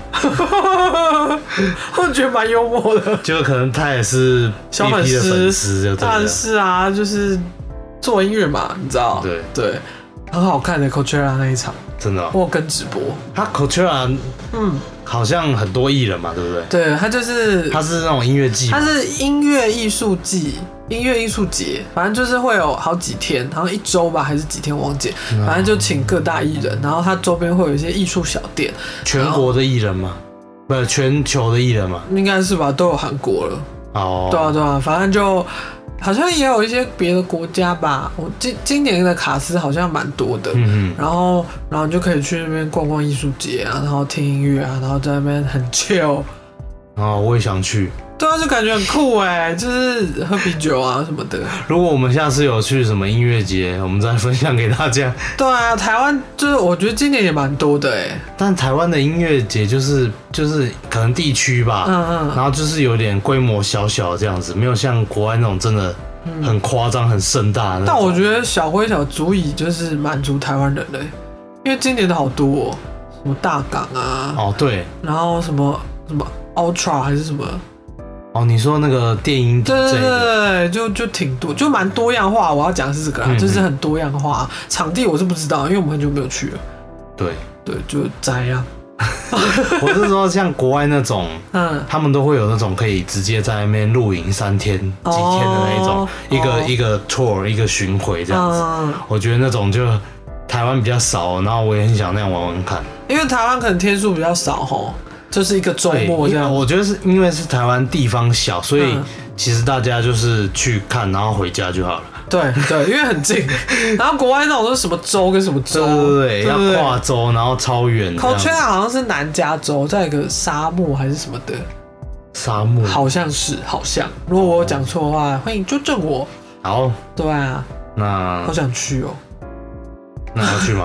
[SPEAKER 1] 我觉得蛮幽默的，
[SPEAKER 3] 就可能他也是 B P 的粉丝，
[SPEAKER 1] 当然是啊，就是做音乐嘛，你知道，
[SPEAKER 3] 对
[SPEAKER 1] 对，很好看的 Coachella 那一场，
[SPEAKER 3] 真的、哦，
[SPEAKER 1] 我跟直播，
[SPEAKER 3] 他 Coachella， 嗯。好像很多艺人嘛，对不对？
[SPEAKER 1] 对，他就是
[SPEAKER 3] 他是那种音乐季，
[SPEAKER 1] 他是音乐艺术季、音乐艺术节，反正就是会有好几天，好像一周吧，还是几天忘记，反正就请各大艺人，然后他周边会有一些艺术小店。
[SPEAKER 3] 全国的艺人吗？不是全球的艺人吗？
[SPEAKER 1] 应该是吧，都有韩国了。
[SPEAKER 3] 哦，
[SPEAKER 1] 对啊，对啊，反正就。好像也有一些别的国家吧，我今今年的卡司好像蛮多的，嗯嗯，然后然后你就可以去那边逛逛艺术节啊，然后听音乐啊，然后在那边很 chill。
[SPEAKER 3] 哦，我也想去。
[SPEAKER 1] 对啊，就感觉很酷哎，就是喝啤酒啊什么的。
[SPEAKER 3] 如果我们下次有去什么音乐节，我们再分享给大家。
[SPEAKER 1] 对啊，台湾就是我觉得今年也蛮多的哎。
[SPEAKER 3] 但台湾的音乐节就是就是可能地区吧，嗯嗯，然后就是有点规模小小这样子，没有像国外那种真的很夸张、很盛大的那种。
[SPEAKER 1] 但我觉得小规小足以就是满足台湾人的，因为今年的好多哦，什么大港啊，
[SPEAKER 3] 哦对，
[SPEAKER 1] 然后什么什么 Ultra 还是什么。
[SPEAKER 3] 哦，你说那个电音，
[SPEAKER 1] 对对对对，就就挺多，就蛮多样化。我要讲的是这个啦，嗯、就是很多样化。场地我是不知道，因为我们很久没有去了。
[SPEAKER 3] 对
[SPEAKER 1] 对，就摘啊。
[SPEAKER 3] 我是说，像国外那种，嗯，他们都会有那种可以直接在那边露营三天、几天的那一种，哦、一个、哦、一个 tour 一个巡回这样子。嗯、我觉得那种就台湾比较少，然后我也很想那样玩玩看。
[SPEAKER 1] 因为台湾可能天数比较少吼。就是一个周末这样，
[SPEAKER 3] 我觉得是因为是台湾地方小，所以其实大家就是去看，然后回家就好了。
[SPEAKER 1] 对对，因为很近。然后国外那种都是什么州跟什么州，
[SPEAKER 3] 对对对，要跨州，然后超远。
[SPEAKER 1] Coachella 好像是南加州，在一个沙漠还是什么的。
[SPEAKER 3] 沙漠
[SPEAKER 1] 好像是，好像。如果我有讲错的话，欢迎纠正我。
[SPEAKER 3] 好，
[SPEAKER 1] 对啊，
[SPEAKER 3] 那
[SPEAKER 1] 好想去哦。
[SPEAKER 3] 那要去吗？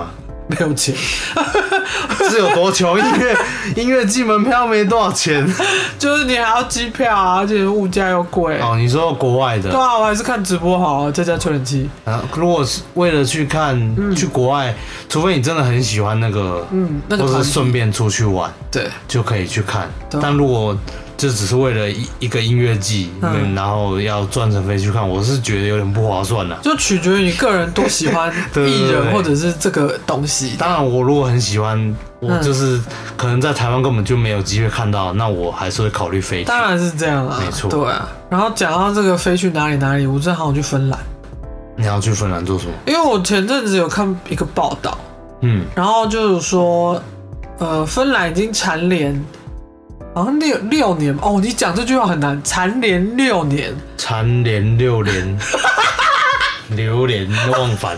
[SPEAKER 1] 没有钱，
[SPEAKER 3] 是有多穷？音乐音乐季门票没多少钱，
[SPEAKER 1] 就是你还要机票啊，而且物价又贵。
[SPEAKER 3] 哦，你说国外的？
[SPEAKER 1] 对啊，我还是看直播好啊，再加吹冷气。
[SPEAKER 3] 啊，如果是为了去看、嗯、去国外，除非你真的很喜欢那个，
[SPEAKER 1] 嗯，那个
[SPEAKER 3] 或是顺便出去玩，
[SPEAKER 1] 对，
[SPEAKER 3] 就可以去看。但如果就只是为了一一个音乐季、嗯嗯，然后要专程飞去看，我是觉得有点不划算了、啊。
[SPEAKER 1] 就取决于你个人多喜欢艺人或者是这个东西。
[SPEAKER 3] 当然，我如果很喜欢，我就是可能在台湾根本就没有机会看到，那我还是会考虑飞去。
[SPEAKER 1] 当然是这样啊，
[SPEAKER 3] 没错。
[SPEAKER 1] 对啊。然后讲到这个飞去哪里哪里，我真的好想去芬兰。
[SPEAKER 3] 你要去芬兰做什么？
[SPEAKER 1] 因为我前阵子有看一个报道，
[SPEAKER 3] 嗯，
[SPEAKER 1] 然后就是说，呃，芬兰已经蝉联。好像六六年哦，你讲这句话很难，蝉联六年，
[SPEAKER 3] 蝉联六年，流连忘返，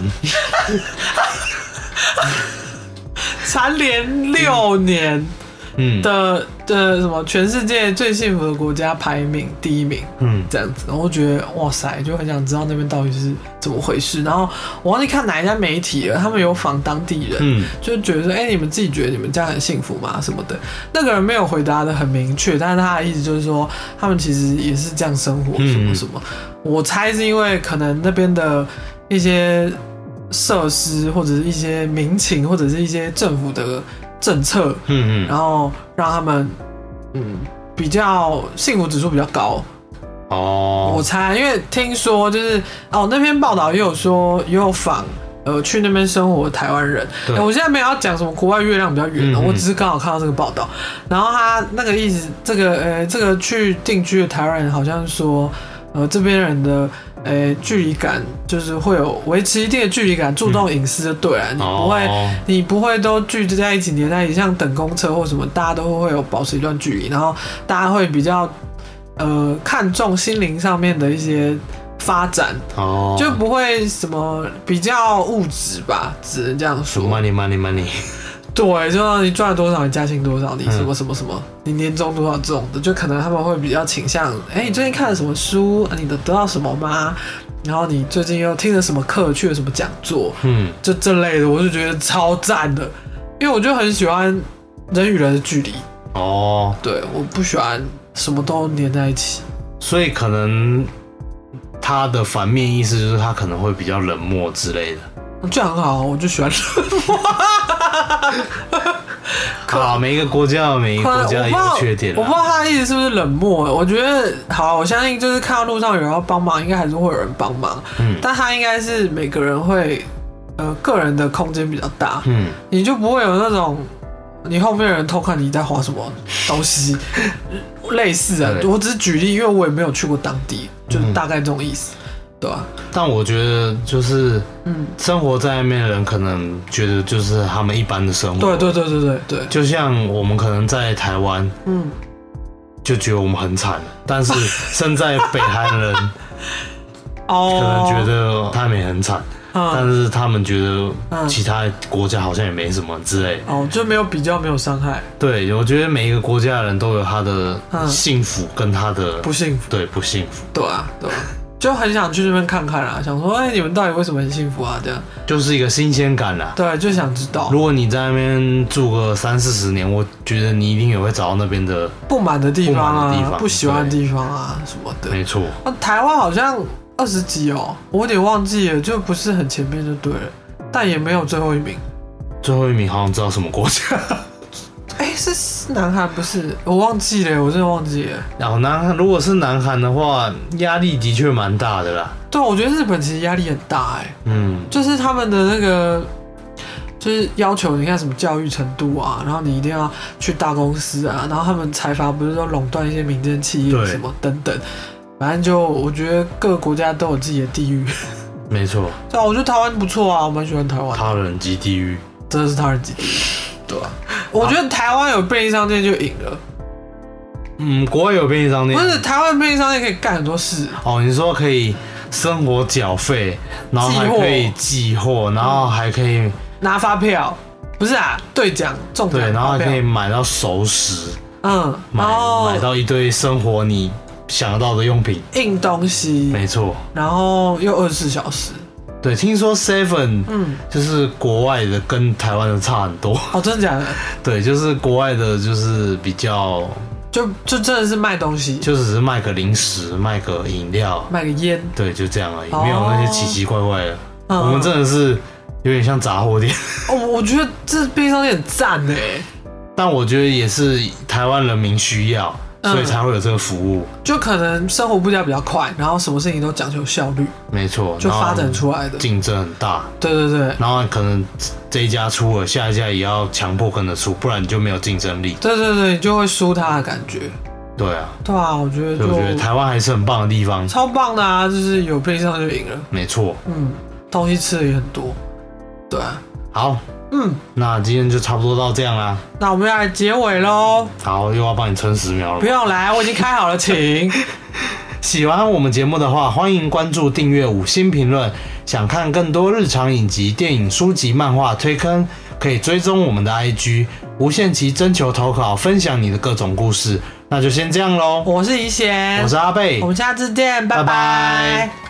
[SPEAKER 1] 蝉联六年
[SPEAKER 3] 嗯
[SPEAKER 1] 的的什么全世界最幸福的国家排名第一名，
[SPEAKER 3] 嗯，
[SPEAKER 1] 这样子，然后我觉得哇塞，就很想知道那边到底是怎么回事。然后我忘记看哪一家媒体了，他们有访当地人，嗯，就觉得说，哎、欸，你们自己觉得你们家很幸福吗？什么的。那个人没有回答的很明确，但是他的意思就是说，他们其实也是这样生活，什么什么。嗯、我猜是因为可能那边的一些设施或者是一些民情或者是一些政府的政策，
[SPEAKER 3] 嗯嗯，
[SPEAKER 1] 然后让他们嗯比较幸福指数比较高。
[SPEAKER 3] 哦，
[SPEAKER 1] 我猜，因为听说就是哦，那篇报道也有说也有访呃去那边生活的台湾人。欸、我现在没有要讲什么国外月亮比较圆、嗯、我只是刚好看到这个报道，然后他那个意思，这个呃这个去定居的台湾人好像说，呃这边人的。诶，距离感就是会有维持一定的距离感，注重隐私就对了、嗯。你不会，哦、你不会都聚集在一起，黏在一起，像等公车或什么，大家都会有保持一段距离，然后大家会比较呃看重心灵上面的一些发展，
[SPEAKER 3] 哦，
[SPEAKER 1] 就不会什么比较物质吧，只能这样说。
[SPEAKER 3] money money money。
[SPEAKER 1] 对，就你赚了多少，你加薪多少，你什么什么什么，你年终多少这种的，就可能他们会比较倾向，哎、欸，你最近看了什么书？你得得到什么吗？然后你最近又听了什么课，去了什么讲座？嗯，就这类的，我就觉得超赞的，因为我就很喜欢人与人的距离。
[SPEAKER 3] 哦，
[SPEAKER 1] 对，我不喜欢什么都黏在一起，
[SPEAKER 3] 所以可能他的反面意思就是他可能会比较冷漠之类的。
[SPEAKER 1] 这样很好，我就喜欢冷漠。
[SPEAKER 3] 好，每一个国家有每一个国家的优缺点。
[SPEAKER 1] 我不知道他的意思是不是冷漠。我觉得好，我相信就是看到路上有人要帮忙，应该还是会有人帮忙。嗯，但他应该是每个人会呃个人的空间比较大。嗯，你就不会有那种你后面有人偷看你在滑什么东西，类似啊。我只是举例，因为我也没有去过当地，就是大概这种意思。对啊，
[SPEAKER 3] 但我觉得就是，嗯，生活在那边的人可能觉得就是他们一般的生活。
[SPEAKER 1] 对对对对对对，
[SPEAKER 3] 就像我们可能在台湾，嗯，就觉得我们很惨，但是身在北韩人，哦，可能觉得他们也很惨，嗯，但是他们觉得其他国家好像也没什么之类。
[SPEAKER 1] 哦，就没有比较，没有伤害。
[SPEAKER 3] 对，我觉得每一个国家的人都有他的幸福跟他的
[SPEAKER 1] 不幸福。
[SPEAKER 3] 对，不幸福。
[SPEAKER 1] 对啊，对啊。就很想去那边看看啦，想说，哎、欸，你们到底为什么很幸福啊？这样
[SPEAKER 3] 就是一个新鲜感啦。
[SPEAKER 1] 对，就想知道。
[SPEAKER 3] 如果你在那边住个三四十年，我觉得你一定也会找到那边的
[SPEAKER 1] 不满的地方啊，不, 地方不喜欢的地方啊什么的。
[SPEAKER 3] 没错。
[SPEAKER 1] 啊，台湾好像二十几哦，我有点忘记了，就不是很前面就对了，但也没有最后一名。
[SPEAKER 3] 最后一名好像知道什么国家。
[SPEAKER 1] 哎、欸，是南韩不是？我忘记了，我真的忘记了。
[SPEAKER 3] 然后南韩如果是南韩的话，压力的确蛮大的啦。
[SPEAKER 1] 对，我觉得日本其实压力很大哎、欸。
[SPEAKER 3] 嗯，
[SPEAKER 1] 就是他们的那个，就是要求你看什么教育程度啊，然后你一定要去大公司啊，然后他们财阀不是都垄断一些民间企业什么等等，反正就我觉得各个国家都有自己的地狱。
[SPEAKER 3] 没错。
[SPEAKER 1] 对啊，我觉得台湾不错啊，我蛮喜欢台湾。
[SPEAKER 3] 他人即地狱，
[SPEAKER 1] 真的是他人即地狱。对啊。我觉得台湾有便利商店就赢了。
[SPEAKER 3] 嗯，国外有便利商店，
[SPEAKER 1] 不是台湾便利商店可以干很多事。
[SPEAKER 3] 哦，你说可以生活缴费，然后还可以寄货，然后还可以
[SPEAKER 1] 拿发票，不是啊，兑奖中奖，
[SPEAKER 3] 对，然后还可以买到熟食，
[SPEAKER 1] 嗯，
[SPEAKER 3] 买买到一堆生活你想得到的用品，
[SPEAKER 1] 印东西，
[SPEAKER 3] 没错，
[SPEAKER 1] 然后又二十四小时。
[SPEAKER 3] 对，听说 Seven，
[SPEAKER 1] 嗯，
[SPEAKER 3] 就是国外的跟台湾的差很多。
[SPEAKER 1] 哦，真的假的？
[SPEAKER 3] 对，就是国外的，就是比较，
[SPEAKER 1] 就就真的是卖东西，
[SPEAKER 3] 就只是卖个零食，卖个饮料，
[SPEAKER 1] 卖个烟，
[SPEAKER 3] 对，就这样而已，
[SPEAKER 1] 哦
[SPEAKER 3] 没有那些奇奇怪怪的。
[SPEAKER 1] 嗯
[SPEAKER 3] 我们真的是有点像杂货店，
[SPEAKER 1] 哦，我觉得这便利商店很赞哎。
[SPEAKER 3] 但我觉得也是台湾人民需要，
[SPEAKER 1] 嗯
[SPEAKER 3] 所以才会有这个服务。
[SPEAKER 1] 就可能生活步调比较快，然后什么事情都讲求效率，
[SPEAKER 3] 没错，
[SPEAKER 1] 就发展出来的。
[SPEAKER 3] 竞争很大，
[SPEAKER 1] 对对对，
[SPEAKER 3] 然后可能这一家出了，下一家也要强迫跟着出，不然你就没有竞争力。
[SPEAKER 1] 对对对，你就会输他的感觉。
[SPEAKER 3] 对啊，
[SPEAKER 1] 对啊，我觉得就
[SPEAKER 3] 所以我觉得台湾还是很棒的地方。
[SPEAKER 1] 超棒的啊，就是有便利商店就赢了。
[SPEAKER 3] 没错，
[SPEAKER 1] 嗯，东西吃的也很多。对啊，
[SPEAKER 3] 好，
[SPEAKER 1] 嗯，
[SPEAKER 3] 那今天就差不多到这样啦。
[SPEAKER 1] 那我们要来结尾喽。
[SPEAKER 3] 好，又要帮你撑十秒了
[SPEAKER 1] 不。用来，我已经开好了，请。
[SPEAKER 3] 喜欢我们节目的话，欢迎关注、订阅、五星评论。想看更多日常影集、电影、书籍、漫画推坑，可以追踪我们的 I G， 无限期征求投稿，分享你的各种故事。那就先这样喽。
[SPEAKER 1] 我是怡贤，
[SPEAKER 3] 我是阿贝，
[SPEAKER 1] 我们下次见，拜
[SPEAKER 3] 拜
[SPEAKER 1] 拜
[SPEAKER 3] 拜